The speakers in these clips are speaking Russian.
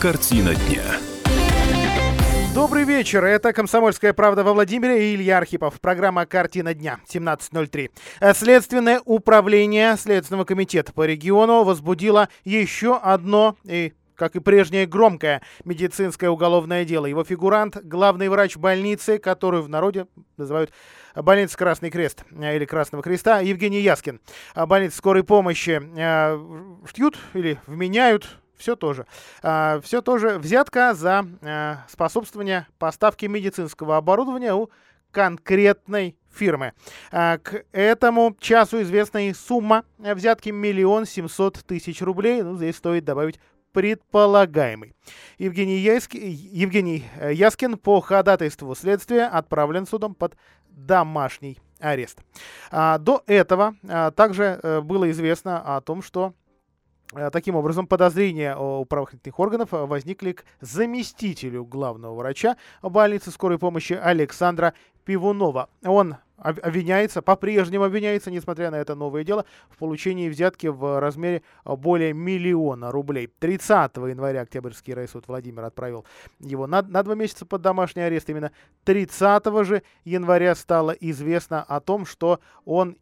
Картина дня. Добрый вечер. Это «Комсомольская правда» во Владимире и Илья Архипов. Программа «Картина дня». 17:03. Следственное управление Следственного комитета по региону возбудило еще одно как и прежнее, громкое медицинское уголовное дело. Его фигурант — главный врач больницы, которую в народе называют больница «Красный крест» или «Красного креста», Евгений Яскин. Больница скорой помощи шьют или вменяют. Все тоже. Все тоже взятка за способствование поставке медицинского оборудования у конкретной фирмы. К этому часу известна и сумма взятки — 1 700 000 рублей. Здесь стоит добавить предполагаемый. Евгений Яскин по ходатайству следствия отправлен судом под домашний арест. До этого также было известно о том, что таким образом подозрения у правоохранительных органов возникли к заместителю главного врача больницы скорой помощи Александра Пивунова. Он по-прежнему обвиняется, несмотря на это новое дело, в получении взятки в размере более 1 000 000 рублей. 30 января Октябрьский райсуд Владимира отправил его на 2 месяца под домашний арест. Именно 30 же января стало известно о том, что он,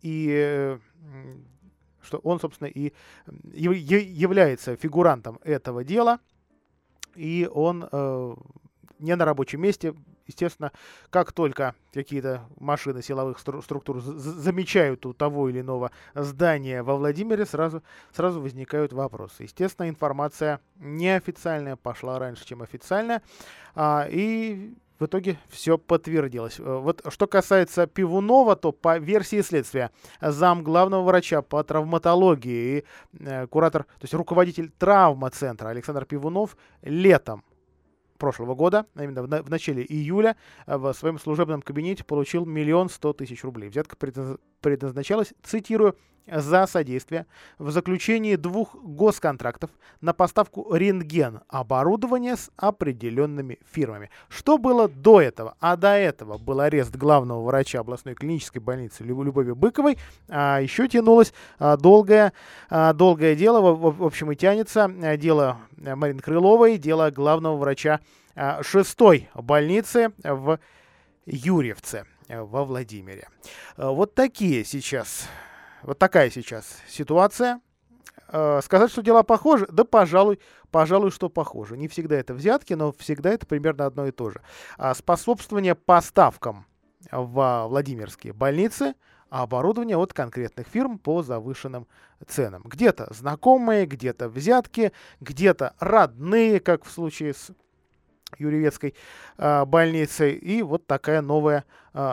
собственно, и является фигурантом этого дела. И он не на рабочем месте. Естественно, как только какие-то машины силовых структур замечают у того или иного здания во Владимире, сразу возникают вопросы. Естественно, информация неофициальная пошла раньше, чем официальная. И в итоге все подтвердилось. Вот что касается Пивунова, то по версии следствия зам главного врача по травматологии и куратор, то есть руководитель травмоцентра Александр Пивунов летом прошлого года, а именно в начале июля, в своем служебном кабинете получил 1 100 000 рублей. Взятка предназначалась, цитирую, за содействие в заключении 2 госконтрактов на поставку рентген-оборудования с определенными фирмами. Что было до этого? А до этого был арест главного врача областной клинической больницы Любови Быковой. А еще тянулось долгое дело, в общем, и тянется дело Марины Крыловой, дело главного врача 6-й больницы в Юрьевце во Владимире. Вот такая сейчас ситуация. Сказать, что дела похожи? Да, пожалуй, что похожи. Не всегда это взятки, но всегда это примерно одно и то же. Способствование поставкам в Владимирские больницы оборудования от конкретных фирм по завышенным ценам. Где-то знакомые, где-то взятки, где-то родные, как в случае с Юрьевецкой больницей. И вот такая новая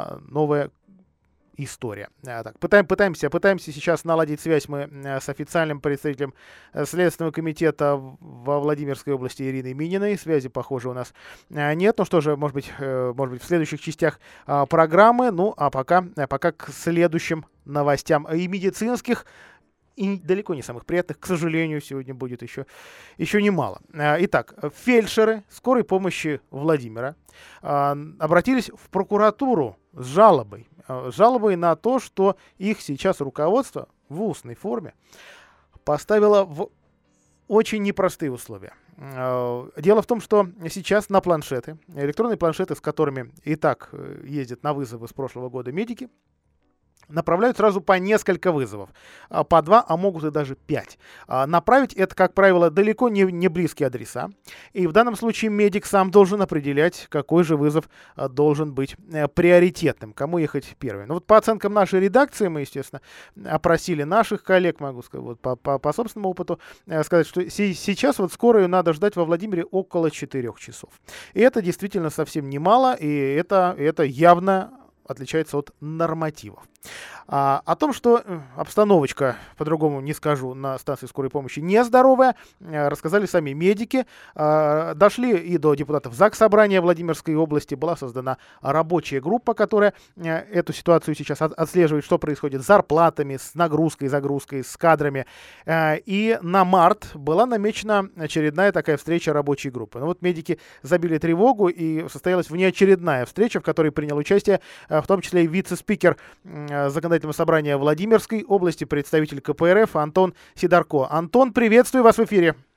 история. Так, пытаемся сейчас наладить связь мы с официальным представителем Следственного комитета во Владимирской области Ириной Мининой. Связи, похоже, у нас нет. Ну что же, может быть, в следующих частях программы. Ну, а пока к следующим новостям и медицинских, и далеко не самых приятных, к сожалению, сегодня будет еще немало. Итак, фельдшеры скорой помощи Владимира обратились в прокуратуру с жалобой на то, что их сейчас руководство в устной форме поставило в очень непростые условия. Дело в том, что сейчас на планшеты, электронные планшеты, с которыми и так ездят на вызовы с прошлого года медики, направляют сразу по несколько вызовов. По 2, а могут и даже 5. Направить это, как правило, далеко не близкие адреса. И в данном случае медик сам должен определять, какой же вызов должен быть приоритетным, кому ехать первым. Ну вот по оценкам нашей редакции, мы, естественно, опросили наших коллег, могу сказать, вот по собственному опыту сказать, что сейчас вот скорую надо ждать во Владимире около 4 часов. И это действительно совсем немало, и это явно отличается от нормативов. О том, что обстановочка, по-другому не скажу, на станции скорой помощи нездоровая, рассказали сами медики. Дошли и до депутатов Заксобрания Владимирской области. Была создана рабочая группа, которая эту ситуацию сейчас отслеживает, что происходит с зарплатами, с нагрузкой, загрузкой, с кадрами. И на март была намечена очередная такая встреча рабочей группы. Но вот медики забили тревогу, и состоялась внеочередная встреча, в которой принял участие в том числе и вице-спикер Законодательного собрания Владимирской области, представитель КПРФ Антон Сидорко. Антон, приветствую вас в эфире.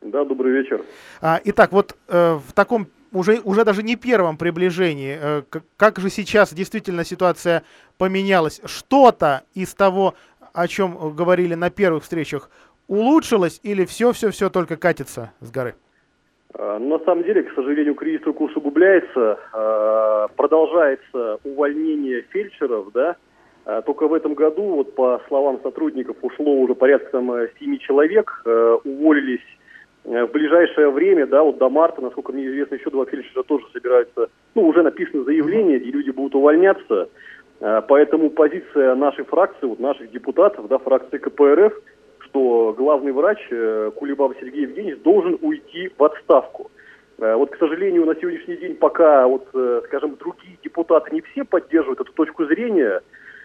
Да, добрый вечер. Итак, вот в таком уже даже не первом приближении, как же сейчас действительно ситуация поменялась? Что-то из того, о чем говорили на первых встречах, улучшилось или все только катится с горы? На самом деле, к сожалению, кризис только усугубляется. Продолжается увольнение фельдшеров, да. Только в этом году, вот по словам сотрудников, ушло уже порядка 7 человек, уволились в ближайшее время, да, вот до марта, насколько мне известно, еще 2 фельдшера тоже собираются, уже написано заявление, и люди будут увольняться. Поэтому позиция нашей фракции, вот наших депутатов, да, фракции КПРФ, что главный врач Кулебаба Сергей Евгеньевич должен уйти в отставку. Вот, к сожалению, на сегодняшний день пока, скажем, другие депутаты не все поддерживают эту точку зрения.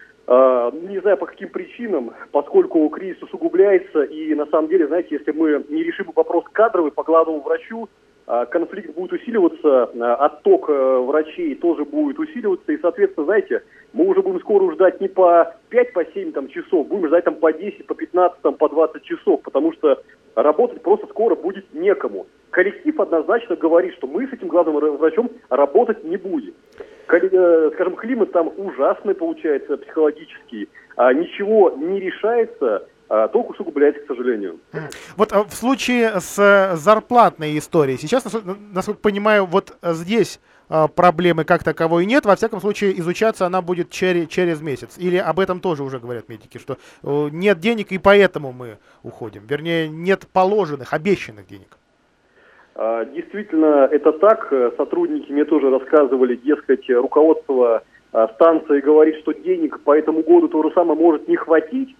Не знаю по каким причинам, поскольку кризис усугубляется, и на самом деле, знаете, если мы не решим вопрос кадровый по главному врачу, конфликт будет усиливаться, отток врачей тоже будет усиливаться, и, соответственно, знаете, мы уже будем скоро ждать не по 5, по 7 часов, будем ждать по 10, по 15, по 20 часов, потому что работать просто скоро будет некому. Коллектив однозначно говорит, что мы с этим главным врачом работать не будем. Скажем, климат там ужасный получается, психологический, ничего не решается, только усугубляется, к сожалению. Вот в случае с зарплатной историей, сейчас, насколько понимаю, вот здесь проблемы как таковой нет, во всяком случае изучаться она будет через месяц. Или об этом тоже уже говорят медики, что нет денег и поэтому мы уходим, вернее нет положенных, обещанных денег. Действительно, это так. Сотрудники мне тоже рассказывали, дескать, руководство станции говорит, что денег по этому году то же самое может не хватить,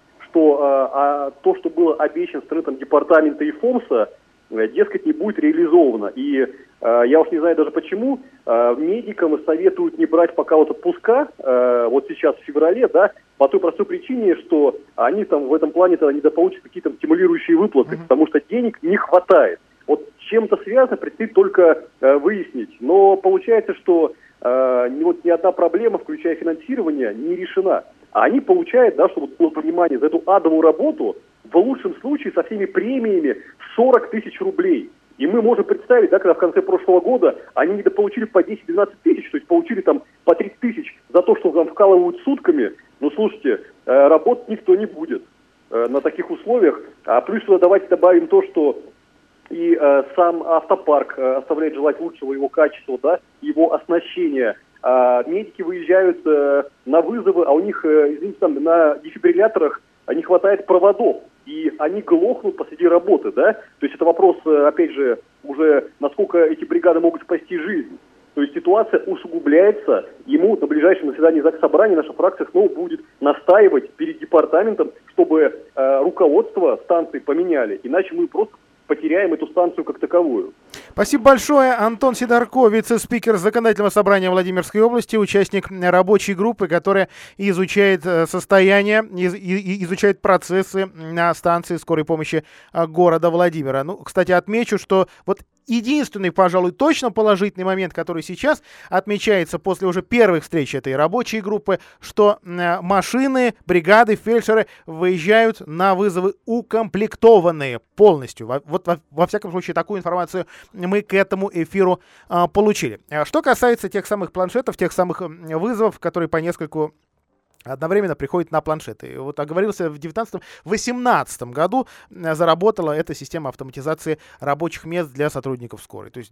что то, что было обещано стороны департамента и ФОМСа, дескать, не будет реализовано. И я уж не знаю даже почему, медикам советуют не брать пока отпуска, вот сейчас в феврале, да, по той простой причине, что они там в этом плане-то недополучат какие-то стимулирующие выплаты, потому что денег не хватает. Вот с чем-то связано, предстоит только выяснить. Но получается, что ни одна проблема, включая финансирование, не решена. А они получают, да, чтобы было понимание, за эту адовую работу, в лучшем случае со всеми премиями 40 тысяч рублей. И мы можем представить, да, когда в конце прошлого года они недополучили по 10-12 тысяч, то есть получили там по 30 тысяч за то, что там вкалывают сутками. Ну, слушайте, работать никто не будет на таких условиях. А плюс сюда давайте добавим то, что и сам автопарк оставляет желать лучшего его качества, да, его оснащения. Медики выезжают на вызовы, а у них, извините, там на дефибрилляторах не хватает проводов, и они глохнут посреди работы, да. То есть это вопрос, опять же, уже насколько эти бригады могут спасти жизнь. То есть ситуация усугубляется, ему на ближайшем заседании Заксобрания наша фракция снова будет настаивать перед департаментом, чтобы руководство станции поменяли, иначе мы просто потеряем эту станцию как таковую. Спасибо большое. Антон Сидорко, вице-спикер Законодательного собрания Владимирской области, участник рабочей группы, которая изучает состояние, изучает процессы на станции скорой помощи города Владимира. Ну, кстати, отмечу, что вот единственный, пожалуй, точно положительный момент, который сейчас отмечается после уже первых встреч этой рабочей группы, что машины, бригады, фельдшеры выезжают на вызовы укомплектованные полностью. Вот во всяком случае такую информацию мы к этому эфиру получили. Что касается тех самых планшетов, тех самых вызовов, которые по нескольку одновременно приходит на планшеты. Вот оговорился, в 2018 году заработала эта система автоматизации рабочих мест для сотрудников скорой. То есть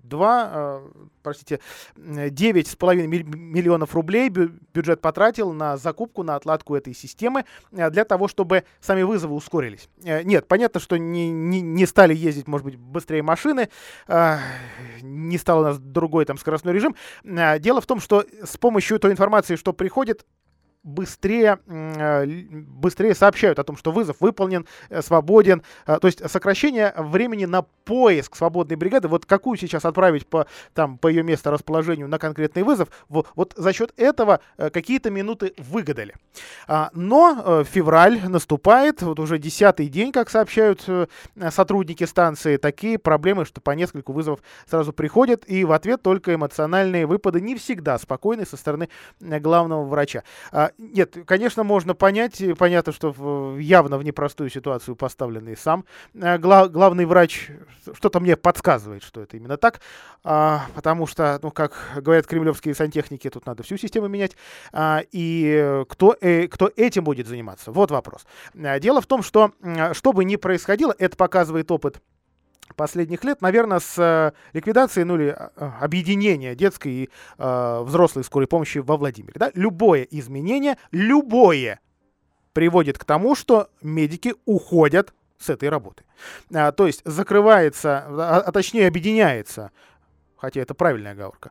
9,5 миллионов рублей бюджет потратил на закупку, на отладку этой системы для того, чтобы сами вызовы ускорились. Нет, понятно, что не стали ездить, может быть, быстрее машины, не стал у нас другой там скоростной режим. Дело в том, что с помощью той информации, что приходит, быстрее сообщают о том, что вызов выполнен, свободен. То есть сокращение времени на поиск свободной бригады, вот какую сейчас отправить по ее месторасположению на конкретный вызов, вот за счет этого какие-то минуты выгадали. Но февраль наступает, вот уже 10-й день, как сообщают сотрудники станции, такие проблемы, что по нескольку вызовов сразу приходят, и в ответ только эмоциональные выпады, не всегда спокойные со стороны главного врача. Нет, конечно, можно понять. Понятно, что явно в непростую ситуацию поставлен и сам главный врач. Что-то мне подсказывает, что это именно так. Потому что, ну, как говорят кремлевские сантехники, тут надо всю систему менять. И кто этим будет заниматься? Вот вопрос. Дело в том, что бы ни происходило, это показывает опыт последних лет, наверное, с ликвидацией, ну или объединения детской и взрослой скорой помощи во Владимире. Да? Любое изменение, приводит к тому, что медики уходят с этой работы. То есть закрывается, точнее объединяется, хотя это правильная оговорка,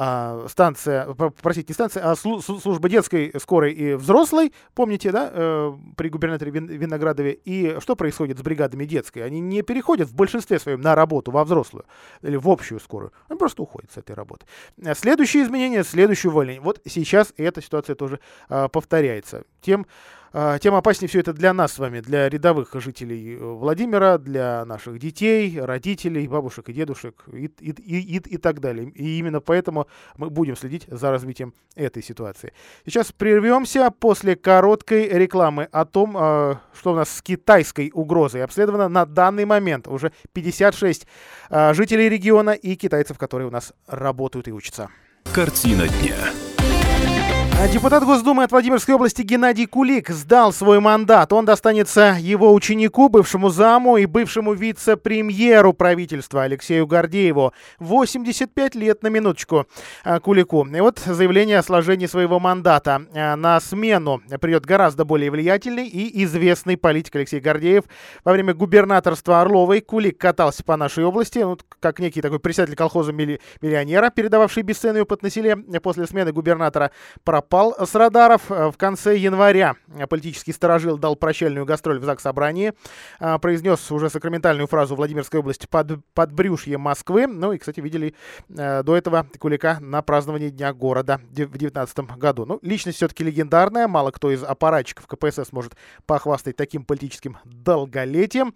служба детской, скорой и взрослой, помните, да, при губернаторе Виноградове, и что происходит с бригадами детской? Они не переходят в большинстве своем на работу во взрослую или в общую скорую, они просто уходят с этой работы. Следующие изменения, следующее увольнение. Вот сейчас эта ситуация тоже повторяется. Тем опаснее все это для нас с вами, для рядовых жителей Владимира, для наших детей, родителей, бабушек и дедушек и так далее. И именно поэтому мы будем следить за развитием этой ситуации. Сейчас прервемся после короткой рекламы о том, что у нас с китайской угрозой обследовано на данный момент уже 56 жителей региона и китайцев, которые у нас работают и учатся. Картина дня. Депутат Госдумы от Владимирской области Геннадий Кулик сдал свой мандат. Он достанется его ученику, бывшему заму и бывшему вице-премьеру правительства Алексею Гордееву. 85 лет на минуточку Кулику. И вот заявление о сложении своего мандата. На смену придет гораздо более влиятельный и известный политик Алексей Гордеев. Во время губернаторства Орловой Кулик катался по нашей области, как некий такой председатель колхоза миллионера, передававший бесценный опыт на селе. После смены губернатора пропал с радаров. В конце января политический старожил дал прощальную гастроль в Заксобрании, произнес уже сакраментальную фразу Владимирской области подбрюшье Москвы. Ну и, кстати, видели до этого Кулика на праздновании Дня города в 2019 году. Ну, личность все-таки легендарная, мало кто из аппаратчиков КПСС может похвастать таким политическим долголетием.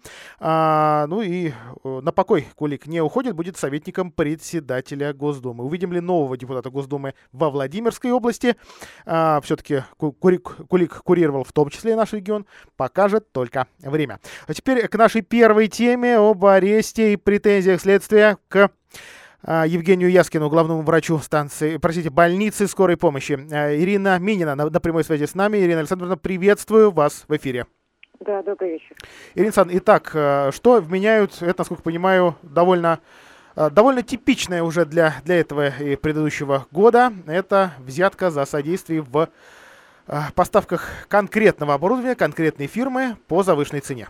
Ну и на покой Кулик не уходит, будет советником председателя Госдумы. Увидим ли нового депутата Госдумы во Владимирской области? Все-таки Кулик курировал в том числе и наш регион, покажет только время. А теперь к нашей первой теме об аресте и претензиях следствия к Евгению Яскину, главному врачу больницы скорой помощи. Ирина Минина на прямой связи с нами. Ирина Александровна, приветствую вас в эфире. Да, добрый вечер. Ирина Александровна, итак, что вменяют, это, насколько понимаю, довольно типичная уже для этого и предыдущего года, это взятка за содействие в поставках конкретного оборудования, конкретной фирмы по завышенной цене.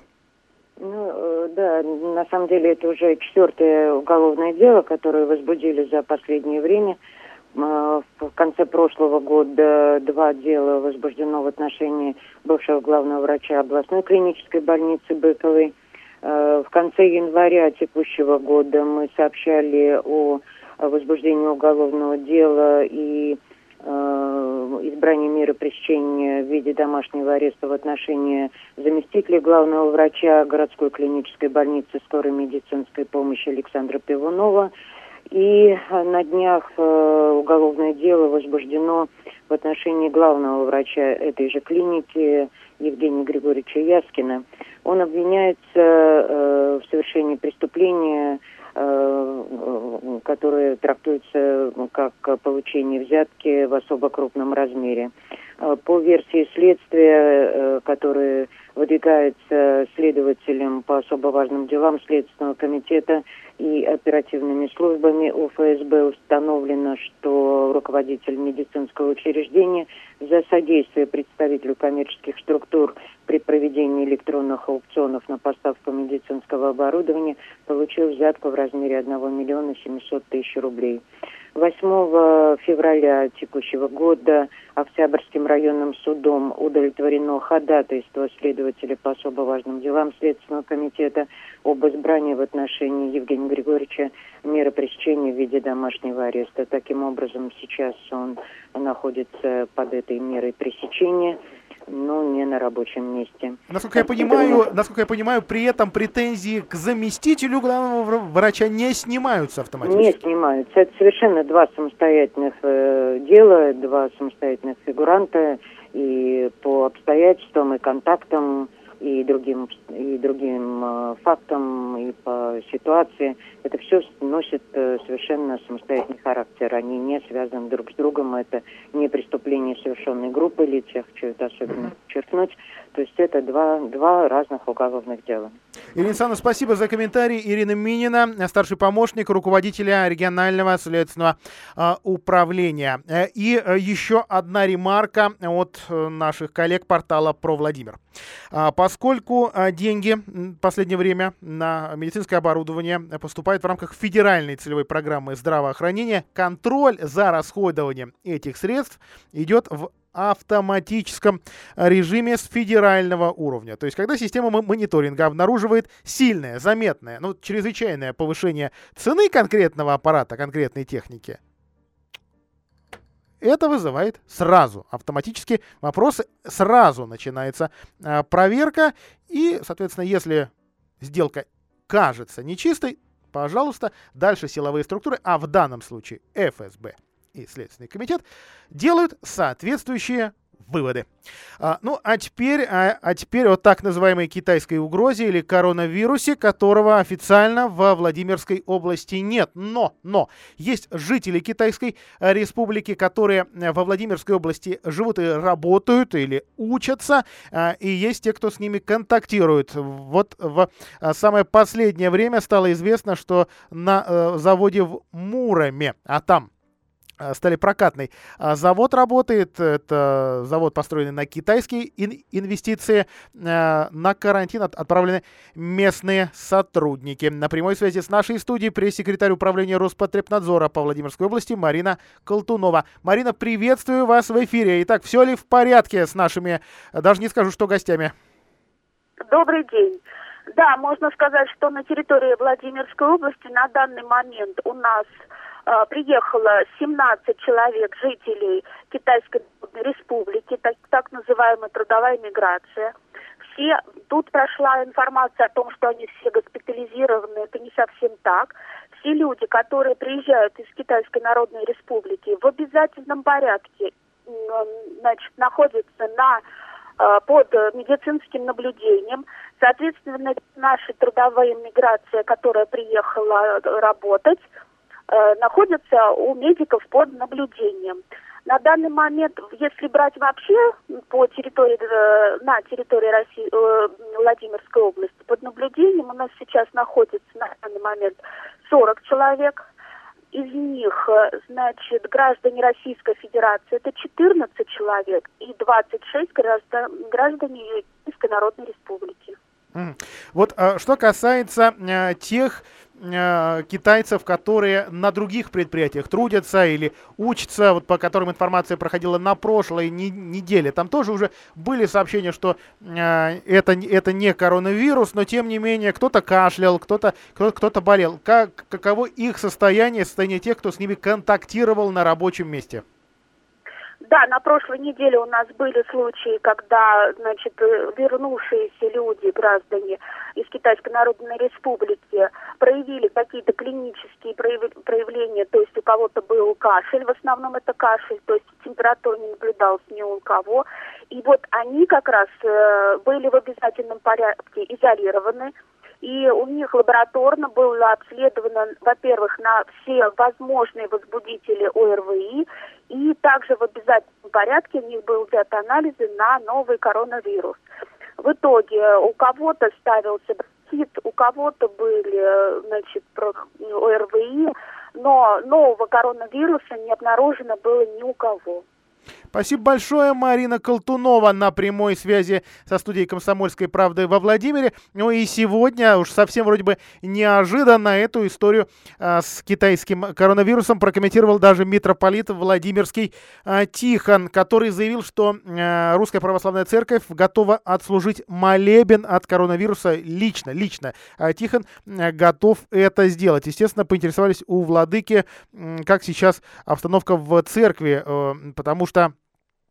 Ну, да, на самом деле это уже 4-е уголовное дело, которое возбудили за последнее время. В конце прошлого года 2 дела возбуждено в отношении бывшего главного врача областной клинической больницы Быковой. В конце января текущего года мы сообщали о возбуждении уголовного дела и избрании меры пресечения в виде домашнего ареста в отношении заместителя главного врача городской клинической больницы скорой медицинской помощи Александра Пивунова. И на днях уголовное дело возбуждено в отношении главного врача этой же клиники Евгения Григорьевича Яскина. Он обвиняется в совершении преступления, которое трактуется как получение взятки в особо крупном размере. По версии следствия, которое выдвигается следователем по особо важным делам Следственного комитета и оперативными службами УФСБ, установлено, что руководитель медицинского учреждения за содействие представителю коммерческих структур при проведении электронных аукционов на поставку медицинского оборудования получил взятку в размере 1 700 000 рублей. 8 февраля текущего года Октябрьским районным судом удовлетворено ходатайство следователя по особо важным делам Следственного комитета об избрании в отношении Евгения Григорьевича меры пресечения в виде домашнего ареста. Таким образом, сейчас он находится под этой мерой пресечения, но не на рабочем месте. Насколько я понимаю, при этом претензии к заместителю главного врача не снимаются автоматически. Не снимаются. Это совершенно 2 самостоятельных дела, 2 самостоятельных фигуранта. и по обстоятельствам, и контактам, и другим фактам, и по ситуации. Это все носит совершенно самостоятельный характер. Они не связаны друг с другом. Это не преступление, совершенной группой лиц. Я хочу это особенно подчеркнуть. То есть это два разных уголовных дела. Ирина Александровна, спасибо за комментарий. Ирина Минина, старший помощник руководителя регионального следственного управления. И еще одна ремарка от наших коллег портала «Про Владимир». Поскольку деньги в последнее время на медицинское оборудование поступают в рамках федеральной целевой программы здравоохранения, контроль за расходованием этих средств идет в автоматическом режиме с федерального уровня. То есть, когда система мониторинга обнаруживает сильное, заметное, чрезвычайное повышение цены конкретного аппарата, конкретной техники, это вызывает сразу автоматически вопросы, сразу начинается проверка. И, соответственно, если сделка кажется нечистой, пожалуйста, дальше силовые структуры, а в данном случае ФСБ и Следственный комитет, делают соответствующие выводы. А теперь о так называемой китайской угрозе или коронавирусе, которого официально во Владимирской области нет. Но есть жители Китайской республики, которые во Владимирской области живут и работают или учатся, и есть те, кто с ними контактирует. Вот в самое последнее время стало известно, что на заводе в Муроме, а там сталепрокатный завод работает. Это завод, построенный на китайские инвестиции. На карантин отправлены местные сотрудники. На прямой связи с нашей студией пресс-секретарь управления Роспотребнадзора по Владимирской области Марина Колтунова. Марина, приветствую вас в эфире. Итак, все ли в порядке с нашими, даже не скажу, что гостями? Добрый день. Да, можно сказать, что на территории Владимирской области на данный момент у нас приехало 17 человек, жителей Китайской республики, так называемая трудовая миграция. Тут прошла информация о том, что они все госпитализированы. Это не совсем так. Все люди, которые приезжают из Китайской Народной Республики, в обязательном порядке, находятся под медицинским наблюдением. Соответственно, наша трудовая миграция, которая приехала работать, находятся у медиков под наблюдением. На данный момент, если брать вообще на территории России, Владимирской области, под наблюдением у нас сейчас находится на данный момент 40 человек. Из них, граждане Российской Федерации это 14 человек и 26 граждане Китайской Народной Республики. Вот что касается тех китайцев, которые на других предприятиях трудятся или учатся, вот по которым информация проходила на прошлой неделе, там тоже уже были сообщения, что это не коронавирус, но тем не менее кто-то кашлял, кто-то болел. Каково их состояние тех, кто с ними контактировал на рабочем месте? Да, на прошлой неделе у нас были случаи, когда, вернувшиеся люди, граждане из Китайской Народной Республики, проявили какие-то клинические проявления, то есть у кого-то был кашель, в основном это кашель, то есть температура не наблюдалась ни у кого. И вот они как раз были в обязательном порядке изолированы. И у них лабораторно было обследовано, во-первых, на все возможные возбудители ОРВИ, и также в обязательном порядке у них был взят анализы на новый коронавирус. В итоге у кого-то ставился бронхит, у кого-то были, ОРВИ, но нового коронавируса не обнаружено было ни у кого. Спасибо большое, Марина Колтунова на прямой связи со студией «Комсомольской правды» во Владимире. Ну и сегодня, уж совсем вроде бы неожиданно, эту историю с китайским коронавирусом прокомментировал даже митрополит Владимирский Тихон, который заявил, что Русская Православная Церковь готова отслужить молебен от коронавируса лично. Тихон готов это сделать. Естественно, поинтересовались у владыки, как сейчас обстановка в церкви, потому что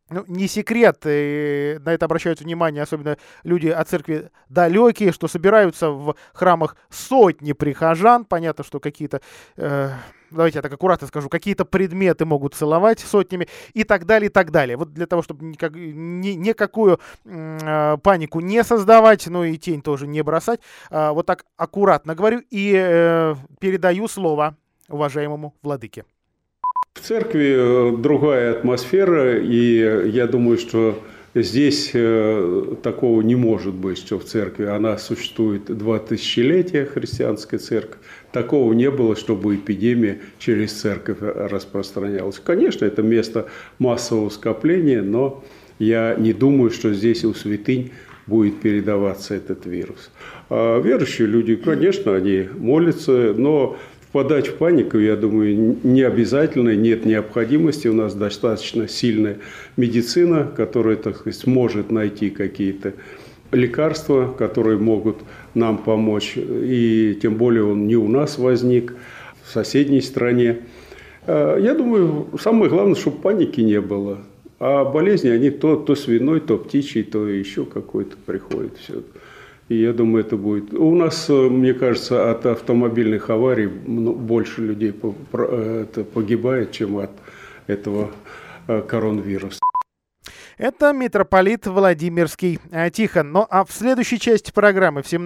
Ну, не секрет, и на это обращают внимание, особенно люди от церкви далекие, что собираются в храмах сотни прихожан. Понятно, что какие-то, давайте я так аккуратно скажу, какие-то предметы могут целовать сотнями и так далее, и так далее. Вот для того, чтобы никакую панику не создавать, ну и тень тоже не бросать, вот так аккуратно говорю и передаю слово уважаемому владыке. В церкви другая атмосфера, и я думаю, что здесь такого не может быть, что в церкви она существует 2 тысячелетия, христианская церковь. Такого не было, чтобы эпидемия через церковь распространялась. Конечно, это место массового скопления, но я не думаю, что здесь у святынь будет передаваться этот вирус. А верующие люди, конечно, они молятся, но впадать в панику, я думаю, не обязательно, нет необходимости. У нас достаточно сильная медицина, которая, так сказать, сможет найти какие-то лекарства, которые могут нам помочь. И тем более он не у нас возник, в соседней стране. Я думаю, самое главное, чтобы паники не было. А болезни, они то свиной, то птичий, то еще какой-то приходит. Все. И я думаю, это будет. У нас, мне кажется, от автомобильных аварий больше людей погибает, чем от этого коронавируса. Это митрополит Владимирский Тихон. Ну а в следующей части программы в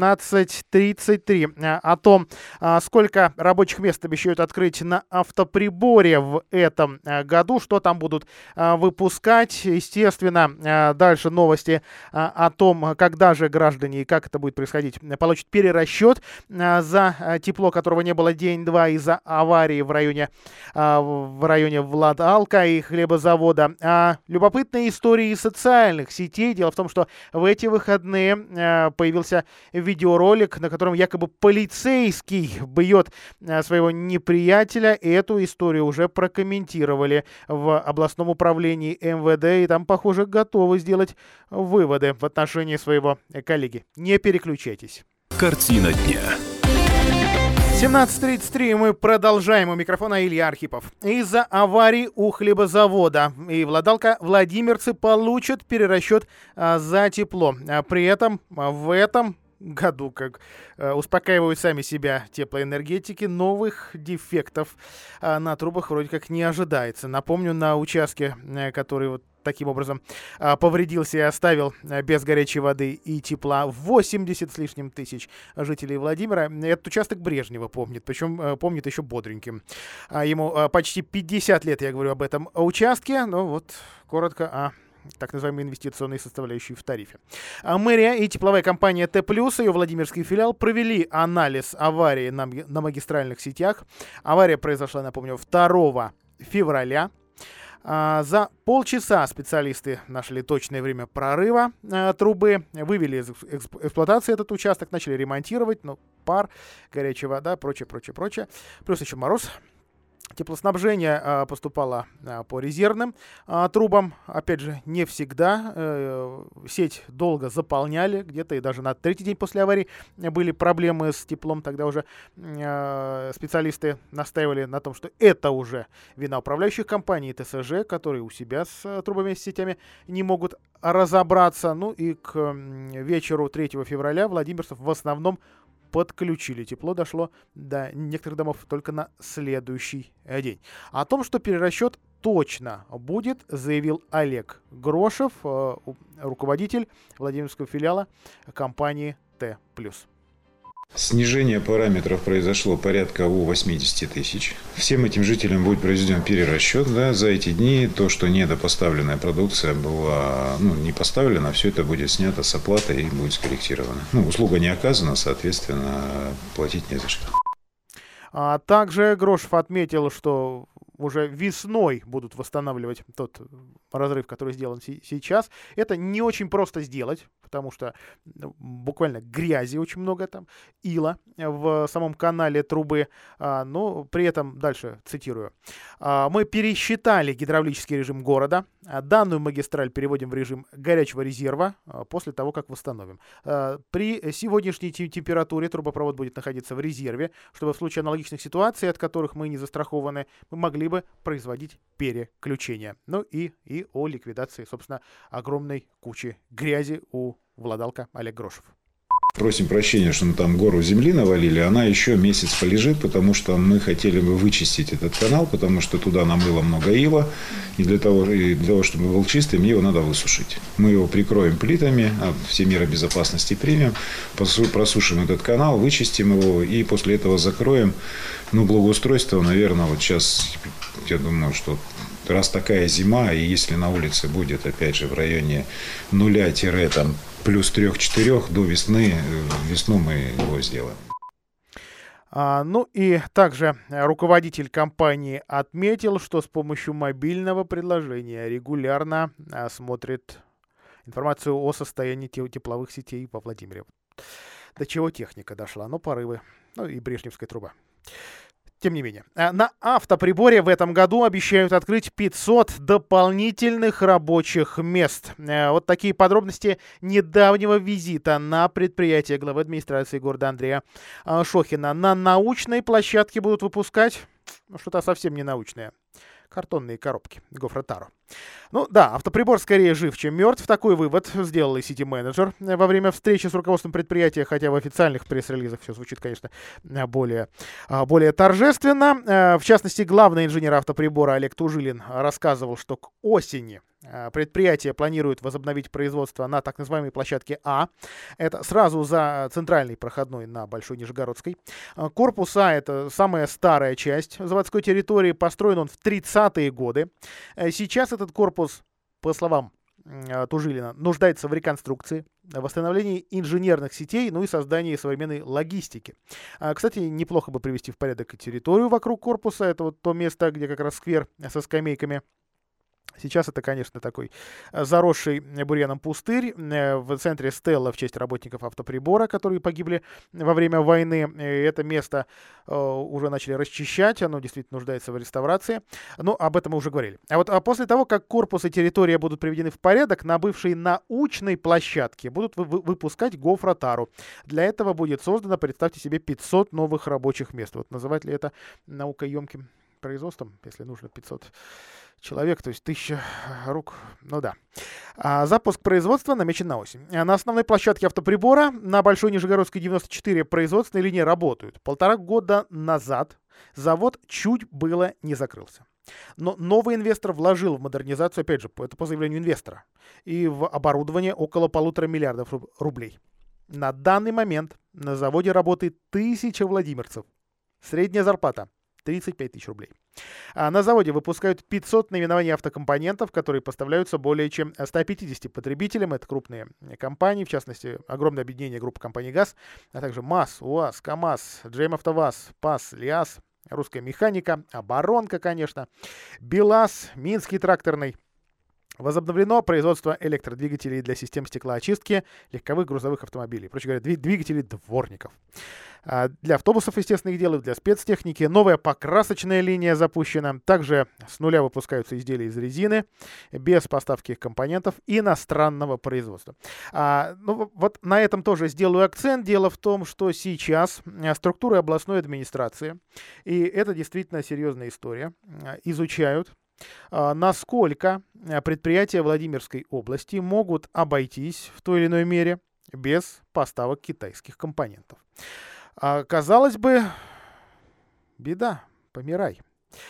17:33 о том, сколько рабочих мест обещают открыть на автоприборе в этом году, что там будут выпускать. Естественно, дальше новости о том, когда же граждане и как это будет происходить, получат перерасчет за тепло, которого не было день-два из-за аварии в районе Владалка и хлебозавода. Любопытная история из социальных сетей. Дело в том, что в эти выходные появился видеоролик, на котором якобы полицейский бьет своего неприятеля. И эту историю уже прокомментировали в областном управлении МВД. И там, похоже, готовы сделать выводы в отношении своего коллеги. Не переключайтесь. Картина дня. 17:33 мы продолжаем. У микрофона Илья Архипов. Из-за аварии у хлебозавода и Владалка владимирцы получат перерасчет за тепло. При этом в этом году, как успокаивают сами себя теплоэнергетики, новых дефектов на трубах вроде как не ожидается. Напомню, на участке, который вот таким образом повредился и оставил без горячей воды и тепла 80 с лишним тысяч жителей Владимира. Этот участок Брежнева помнит, причем помнит еще бодреньким. Ему почти 50 лет, я говорю об этом участке. Ну вот, коротко о так называемой инвестиционной составляющей в тарифе. Мэрия и тепловая компания Т+, ее Владимирский филиал, провели анализ аварии на магистральных сетях. Авария произошла, напомню, 2 февраля. За полчаса специалисты нашли точное время прорыва трубы, вывели из эксплуатации этот участок, начали ремонтировать, пар, горячая вода, прочее. Плюс еще мороз. Теплоснабжение поступало по резервным трубам. Опять же, не всегда. Сеть долго заполняли. Где-то и даже на 3-й день после аварии были проблемы с теплом. Тогда уже специалисты настаивали на том, что это уже вина управляющих компаний ТСЖ, которые у себя с трубами, с сетями не могут разобраться. Ну и к вечеру 3 февраля владимирцев в основном подключили. Тепло дошло до некоторых домов только на следующий день. О том, что перерасчет точно будет, заявил Олег Грошев, руководитель Владимирского филиала компании Т+. Снижение параметров произошло порядка у 80 тысяч. Всем этим жителям будет произведен перерасчет. За эти дни то, что недопоставленная продукция была не поставлена, все это будет снято с оплаты и будет скорректировано. Услуга не оказана, соответственно, платить не за что. Также Грошев отметил, что уже весной будут восстанавливать тот разрыв, который сделан сейчас. Это не очень просто сделать, потому что буквально грязи очень много там, ила в самом канале трубы. Но при этом, дальше цитирую, мы пересчитали гидравлический режим города, Данную магистраль переводим в режим горячего резерва после того, как восстановим. При сегодняшней температуре трубопровод будет находиться в резерве, чтобы в случае аналогичных ситуаций, от которых мы не застрахованы, мы могли бы производить переключение. Ну и о ликвидации, собственно, огромной кучи грязи у владалка Олег Грошев. Просим прощения, что мы там гору земли навалили, она еще месяц полежит, потому что мы хотели бы вычистить этот канал, потому что туда намыло много ила, и для того, чтобы он был чистым, его надо высушить. Мы его прикроем плитами, все меры безопасности примем, просушим этот канал, вычистим его и после этого закроем. Благоустройство, наверное, вот сейчас, я думаю, что раз такая зима, и если на улице будет, опять же, в районе 0- плюс 3-4 до весну мы его сделаем. И также руководитель компании отметил, что с помощью мобильного приложения регулярно смотрит информацию о состоянии тепловых сетей во Владимире. До чего техника дошла, порывы, и Брежневская труба. Тем не менее, на автоприборе в этом году обещают открыть 500 дополнительных рабочих мест. Вот такие подробности недавнего визита на предприятие главы администрации города Андрея Шохина. На научной площадке будут выпускать что-то совсем не научное. Картонные коробки Гофротаро. Автоприбор скорее жив, чем мертв. Такой вывод сделал и сити-менеджер во время встречи с руководством предприятия, хотя в официальных пресс-релизах все звучит, конечно, более торжественно. В частности, главный инженер автоприбора Олег Тужилин рассказывал, что к осени предприятие планирует возобновить производство на так называемой площадке А. Это сразу за центральной проходной на Большой Нижегородской. Корпус А — это самая старая часть заводской территории. Построен он в 30-е годы. Сейчас этот корпус, по словам Тужилина, нуждается в реконструкции, восстановлении инженерных сетей, и создании современной логистики. Кстати, неплохо бы привести в порядок и территорию вокруг корпуса. Это вот то место, где как раз сквер со скамейками. Сейчас это, конечно, такой заросший бурьяном пустырь. В центре стела в честь работников автоприбора, которые погибли во время войны. Это место уже начали расчищать, оно действительно нуждается в реставрации. Об этом мы уже говорили. А после того, как корпус и территория будут приведены в порядок, на бывшей научной площадке будут выпускать Гофротару. Для этого будет создано, представьте себе, 500 новых рабочих мест. Вот называть ли это наукоемким производством, если нужно 500 человек, то есть 1000 рук, запуск производства намечен на осень. На основной площадке автоприбора на Большой Нижегородской 94 производственные линии работают. 1,5 года назад завод чуть было не закрылся. Но новый инвестор вложил в модернизацию, опять же, это по заявлению инвестора, и в оборудование около 1,5 миллиарда рублей. На данный момент на заводе работает 1000 владимирцев. Средняя зарплата 35 тысяч рублей. На заводе выпускают 500 наименований автокомпонентов, которые поставляются более чем 150 потребителям. Это крупные компании, в частности, огромное объединение группы компаний ГАЗ, а также МАЗ, УАЗ, КАМАЗ, ДЖМ АвтоВАЗ, ПАЗ, ЛиАЗ, Русская механика, Оборонка, конечно, БелАЗ, Минский тракторный. Возобновлено производство электродвигателей для систем стеклоочистки легковых грузовых автомобилей. Проще говоря, двигателей дворников. Для автобусов, естественно, их делают, для спецтехники. Новая покрасочная линия запущена. Также с нуля выпускаются изделия из резины, без поставки компонентов иностранного производства. Вот на этом тоже сделаю акцент. Дело в том, что сейчас структуры областной администрации, и это действительно серьезная история, изучают, насколько предприятия Владимирской области могут обойтись в той или иной мере без поставок китайских компонентов. Казалось бы, беда, помирай.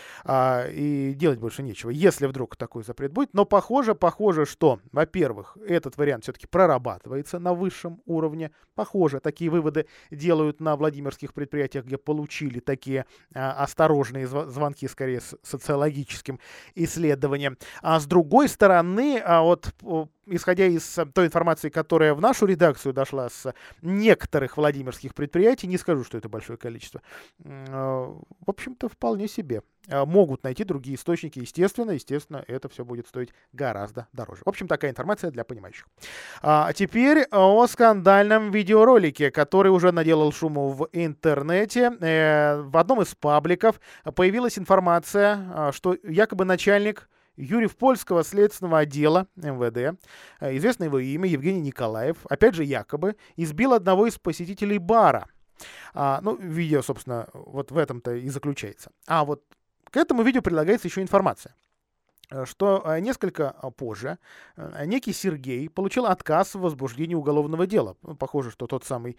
И делать больше нечего, если вдруг такой запрет будет. Но похоже, что, во-первых, этот вариант все-таки прорабатывается на высшем уровне. Похоже, такие выводы делают на владимирских предприятиях, где получили такие осторожные звонки, скорее, с социологическим исследованием. А с другой стороны, исходя из той информации, которая в нашу редакцию дошла с некоторых владимирских предприятий, не скажу, что это большое количество, в общем-то, вполне себе могут найти другие источники. Естественно, это все будет стоить гораздо дороже. В общем, такая информация для понимающих. А теперь о скандальном видеоролике, который уже наделал шуму в интернете. В одном из пабликов появилась информация, что якобы начальник Юрьев-Польского следственного отдела МВД, известно его имя, Евгений Николаев, опять же якобы, избил одного из посетителей бара. Видео, собственно, вот в этом-то и заключается. А вот к этому видео прилагается еще информация, что несколько позже некий Сергей получил отказ в возбуждении уголовного дела. Похоже, что тот самый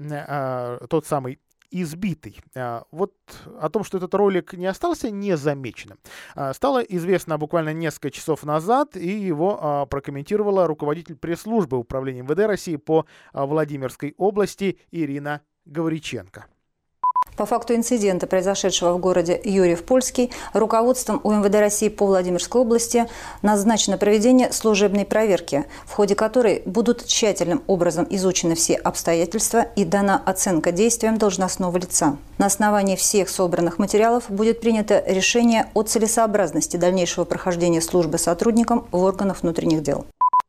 избитый. Вот о том, что этот ролик не остался незамеченным, стало известно буквально несколько часов назад, и его прокомментировала руководитель пресс-службы Управления МВД России по Владимирской области Ирина Гавриченко. По факту инцидента, произошедшего в городе Юрьев-Польский, руководством УМВД России по Владимирской области назначено проведение служебной проверки, в ходе которой будут тщательным образом изучены все обстоятельства и дана оценка действиям должностного лица. На основании всех собранных материалов будет принято решение о целесообразности дальнейшего прохождения службы сотрудникам в органах внутренних дел.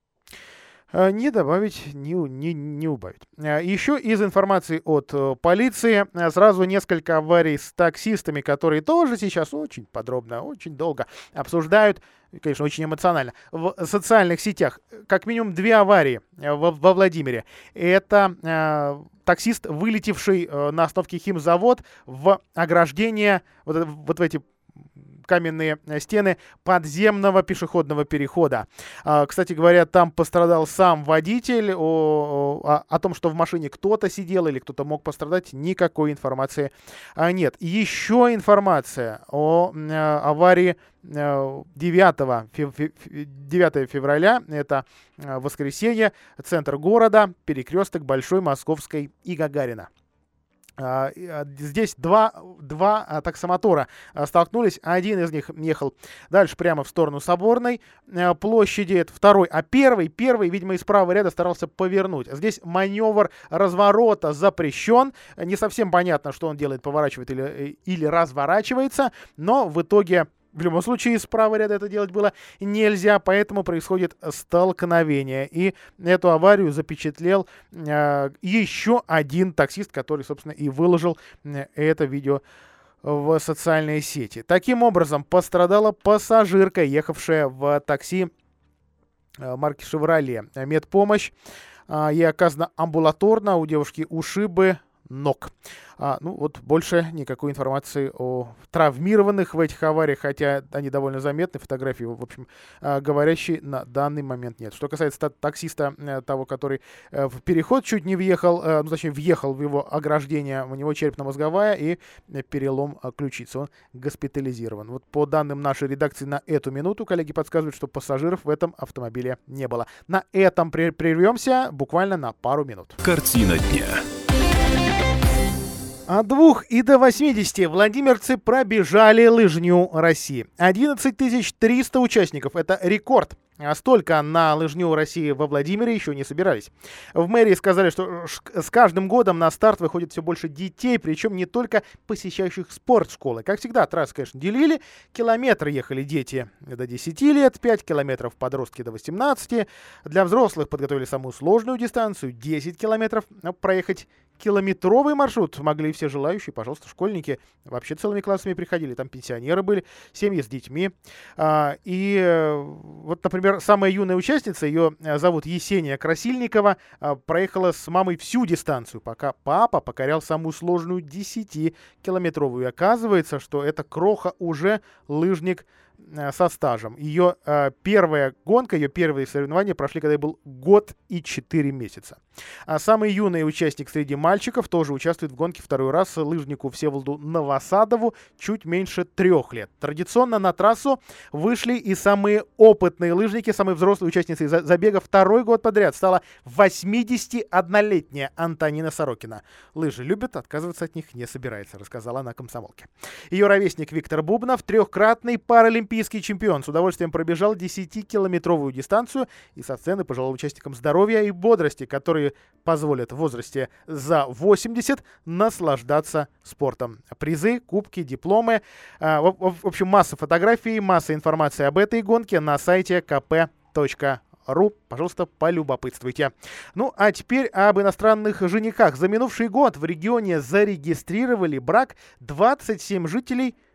Не добавить, не убавить. Еще из информации от полиции сразу несколько аварий с таксистами, которые тоже сейчас очень подробно, очень долго обсуждают, конечно, очень эмоционально, в социальных сетях. Как минимум 2 аварии во Владимире. Это таксист, вылетевший на остановке химзавод в ограждение, вот в эти каменные стены подземного пешеходного перехода. Кстати говоря, там пострадал сам водитель. О том, что в машине кто-то сидел или кто-то мог пострадать, никакой информации нет. Еще информация о аварии 9 февраля, это воскресенье, центр города, перекресток Большой Московской и Гагарина. Здесь два таксомотора столкнулись. Один из них ехал дальше прямо в сторону Соборной площади, это второй, а первый, видимо, из правого ряда старался повернуть. Здесь маневр разворота запрещен. Не совсем понятно, что он делает, поворачивает или разворачивается, но в итоге в любом случае из правого ряда это делать было нельзя, поэтому происходит столкновение. И эту аварию запечатлел еще один таксист, который, собственно, и выложил это видео в социальные сети. Таким образом, пострадала пассажирка, ехавшая в такси марки «Шевроле». Медпомощь. Ей оказана амбулаторно, у девушки ушибы ног. Больше никакой информации о травмированных в этих авариях, хотя они довольно заметны, фотографии, в общем, говорящие на данный момент нет. Что касается таксиста, того, который в переход чуть не въехал, въехал в его ограждение, у него черепно-мозговая и перелом ключицы. Он госпитализирован. Вот по данным нашей редакции на эту минуту, коллеги подсказывают, что пассажиров в этом автомобиле не было. На этом прервемся буквально на пару минут. Картина дня. От 2 и до 80 владимирцы пробежали лыжню России. 11 300 участников. Это рекорд. Столько на лыжню России во Владимире еще не собирались. В мэрии сказали, что с каждым годом на старт выходит все больше детей, причем не только посещающих спортшколы. Как всегда, трассы, конечно, делили. Километры ехали дети до 10 лет, 5 километров подростки до 18. Для взрослых подготовили самую сложную дистанцию, 10 километров. Проехать километровый маршрут могли все желающие, пожалуйста, школьники. Вообще целыми классами приходили, там пенсионеры были, семьи с детьми. Например, самая юная участница, ее зовут Есения Красильникова, проехала с мамой всю дистанцию, пока папа покорял самую сложную 10-километровую. И оказывается, что эта кроха уже лыжник со стажем. Ее первая гонка, ее первые соревнования прошли, когда ей был год и 4 месяца. А самый юный участник среди мальчиков тоже участвует в гонке второй раз, лыжнику Всеволоду Новосадову чуть меньше 3 лет. Традиционно на трассу вышли и самые опытные лыжники, самые взрослые участницы забега второй год подряд стала 81-летняя Антонина Сорокина. Лыжи любит, отказываться от них не собирается, рассказала она «Комсомолке». Ее ровесник Виктор Бубнов, 3-кратный паралимпийский чемпион, с удовольствием пробежал 10-километровую дистанцию и со сцены пожелал участникам здоровья и бодрости, которые позволят в возрасте за 80 наслаждаться спортом. Призы, кубки, дипломы. В общем, масса фотографий, масса информации об этой гонке на сайте kp.ru. Пожалуйста, полюбопытствуйте. А теперь об иностранных женихах. За минувший год в регионе зарегистрировали брак 27 жителей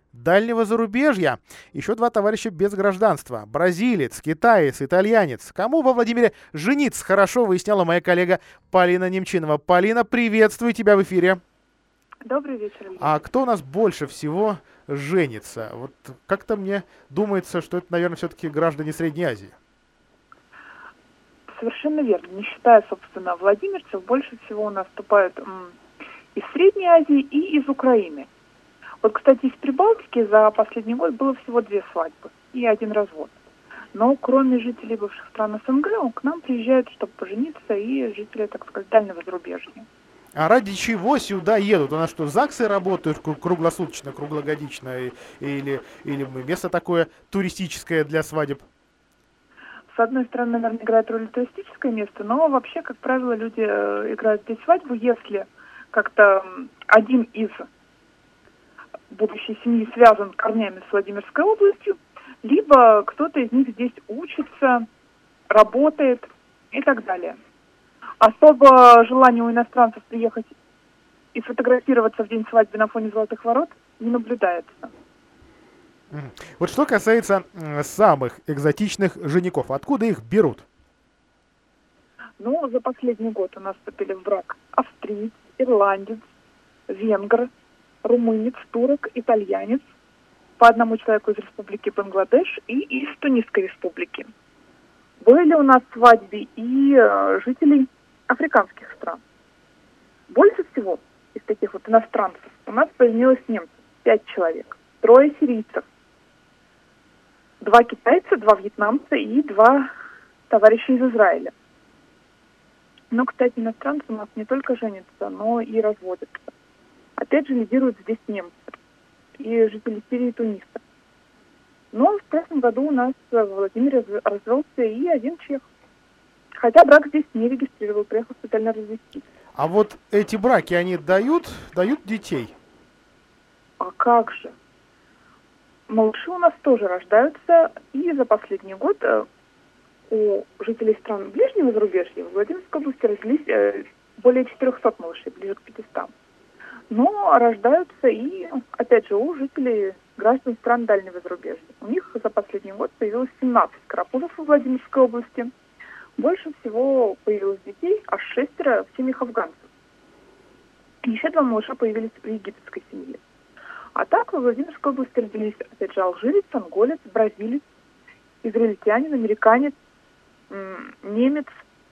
дальнего зарубежья. Еще 2 товарища без гражданства. Бразилец, китаец, итальянец. Кому во Владимире жениться хорошо, выясняла моя коллега Полина Немчинова. Полина, приветствую тебя в эфире. Добрый вечер. А кто у нас больше всего женится? Вот как-то мне думается, что это, наверное, все-таки граждане Средней Азии. Совершенно верно. Не считая, собственно, владимирцев, больше всего у нас вступают из Средней Азии и из Украины. Вот, кстати, из Прибалтики за последний год было всего 2 свадьбы и 1 развод. Но кроме жителей бывших стран СНГ, к нам приезжают, чтобы пожениться, и жители, так сказать, дальнего зарубежья. А ради чего сюда едут? У нас что, ЗАГСы работают круглосуточно, круглогодично? Или место такое туристическое для свадеб? С одной стороны, наверное, играет роль туристическое место, но вообще, как правило, люди играют здесь свадьбу, если как-то один из будущей семьи связан корнями с Владимирской областью, либо кто-то из них здесь учится, работает и так далее. Особо желания у иностранцев приехать и фотографироваться в день свадьбы на фоне Золотых ворот не наблюдается. Вот что касается самых экзотичных женихов, откуда их берут? Ну, за последний год у нас вступили в брак австриец, ирландец, венгр, румынец, турок, итальянец, по одному человеку из Республики Бангладеш и из Тунисской республики. Были у нас свадьбы и жителей африканских стран. Больше всего из таких вот иностранцев у нас появилось немцев, 5 человек, 3 сирийцев, 2 китайца, 2 вьетнамца и 2 товарища из Израиля. Но, кстати, иностранцы у нас не только женятся, но и разводятся. Опять же, лидируют здесь немцы и жители Сирии и Туниса. Но в прошлом году у нас в Владимире развелся и 1 чех. Хотя брак здесь не регистрировал, приехал специально развестись. А вот эти браки, они дают детей? А как же? Малыши у нас тоже рождаются, и за последний год у жителей стран ближнего зарубежья в Владимирской области родились более 400 малышей, ближе к 500. Но рождаются и, опять же, у жителей граждан стран дальнего зарубежья. У них за последний год появилось 17 карапузов в Владимирской области. Больше всего появилось детей, аж 6 в семьях афганцев. Еще 2 малыша появились в египетской семье. А так в Владимирской области родились, опять же, алжирец, анголец, бразилец, израильтянин, американец, немец,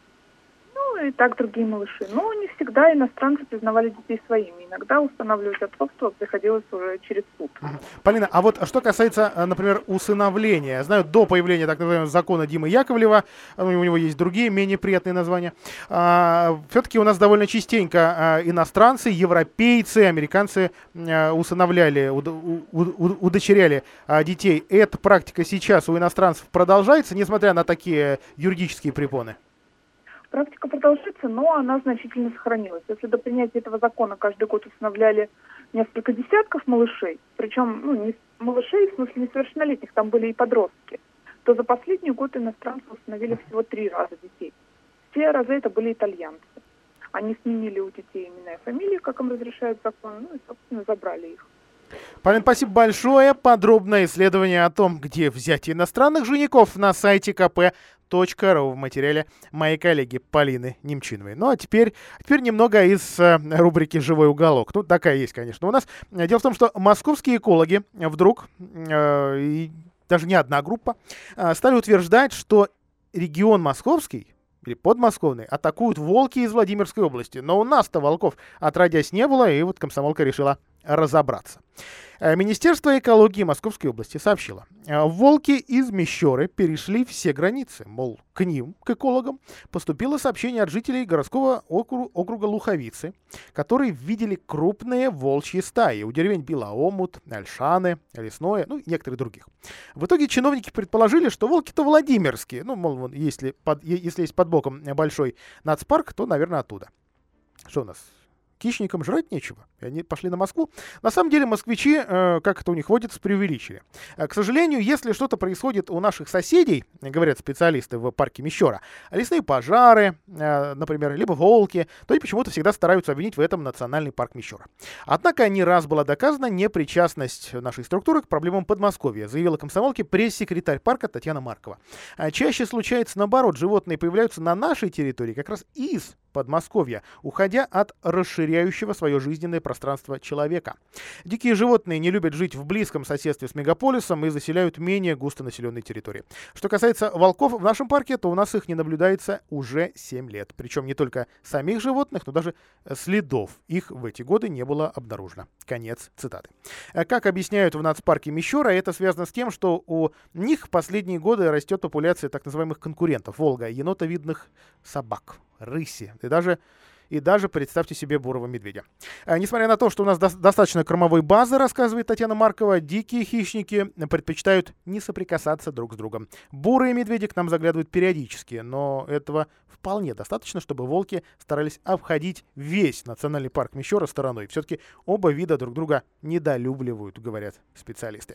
ну и так другие малыши. Но не всегда иностранцы признавали детей своими. Иногда устанавливать отцовство приходилось уже через суд. Полина, а вот что касается, например, усыновления. Знаю, до появления так называемого закона Димы Яковлева, у него есть другие, менее приятные названия, все-таки у нас довольно частенько иностранцы, европейцы, американцы усыновляли, удочеряли детей. Эта практика сейчас у иностранцев продолжается, несмотря на такие юридические препоны? Практика продолжается, но она значительно сохранилась. Если до принятия этого закона каждый год усыновляли несколько десятков малышей, причем не малышей, в смысле несовершеннолетних, там были и подростки, то за последний год иностранцы усыновили всего 3 раза детей. Все разы это были итальянцы. Они сменили у детей имена и фамилии, как им разрешает закон, и, собственно, забрали их. Полина, спасибо большое. Подробное исследование о том, где взять иностранных женихов, на сайте kp.ru в материале моей коллеги Полины Немчиновой. Ну а теперь немного из рубрики «Живой уголок». Ну, такая есть, конечно, у нас. Дело в том, что московские экологи вдруг, и даже не одна группа, стали утверждать, что регион московский или подмосковный атакуют волки из Владимирской области. Но у нас-то волков отродясь не было, и вот комсомолка решила разобраться. Министерство экологии Московской области сообщило, волки из Мещеры перешли все границы. Мол, к ним, к экологам, поступило сообщение от жителей городского округа Луховицы, которые видели крупные волчьи стаи у деревень Белоомут, Ольшаны, Лесное, ну и некоторых других. В итоге чиновники предположили, что волки-то владимирские. Ну, мол, если есть под боком большой нацпарк, то, наверное, оттуда. Что у нас? хищникам жрать нечего, и они пошли на Москву. На самом деле москвичи, как это у них водится, преувеличили. К сожалению, если что-то происходит у наших соседей, говорят специалисты в парке Мещера, лесные пожары, например, либо волки, то они почему-то всегда стараются обвинить в этом национальный парк Мещера. Однако не раз была доказана непричастность нашей структуры к проблемам Подмосковья, заявила комсомолке пресс-секретарь парка Татьяна Маркова. Чаще случается наоборот, животные появляются на нашей территории как раз из Подмосковья, уходя от расширяющего свое жизненное пространство человека. Дикие животные не любят жить в близком соседстве с мегаполисом и заселяют менее густонаселенные территории. Что касается волков в нашем парке, то у нас их не наблюдается уже 7 лет. Причем не только самих животных, но даже следов их в эти годы не было обнаружено. Конец цитаты. Как объясняют в нацпарке Мещера, это связано с тем, что у них в последние годы растет популяция так называемых конкурентов волга, енотовидных собак, рыси и даже, представьте себе, бурого медведя. Несмотря на то, что у нас достаточно кормовой базы, рассказывает Татьяна Маркова, дикие хищники предпочитают не соприкасаться друг с другом. Бурые медведи к нам заглядывают периодически, но этого вполне достаточно, чтобы волки старались обходить весь национальный парк Мещера стороной. Все-таки оба вида друг друга недолюбливают, говорят специалисты.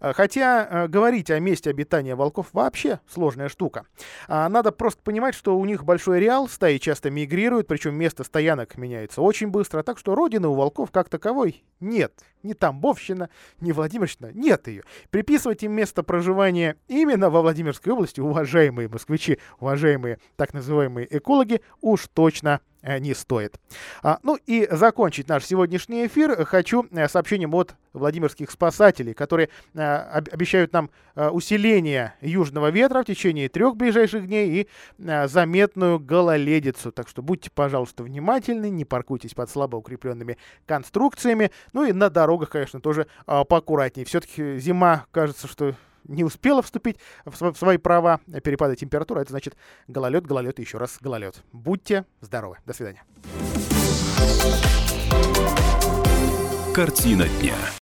Хотя говорить о месте обитания волков вообще сложная штука. Надо просто понимать, что у них большой ареал, стаи часто мигрируют, причем место стоянок меняется очень быстро, так что родины у волков как таковой нет. Ни Тамбовщина, ни Владимирщина, нет ее. Приписывать им место проживания именно во Владимирской области, уважаемые москвичи, уважаемые так называемые экологи, уж точно не стоит. Ну и закончить наш сегодняшний эфир хочу сообщением от владимирских спасателей, которые обещают нам усиление южного ветра в течение 3 ближайших дней и заметную гололедицу. Так что будьте, пожалуйста, внимательны, не паркуйтесь под слабо укрепленными конструкциями. Ну и на дорогах, конечно, тоже поаккуратнее. Все-таки зима, кажется, что не успела вступить в свои права. Перепады температуры, это значит гололед, гололед и еще раз гололед. Будьте здоровы. До свидания. Картина дня.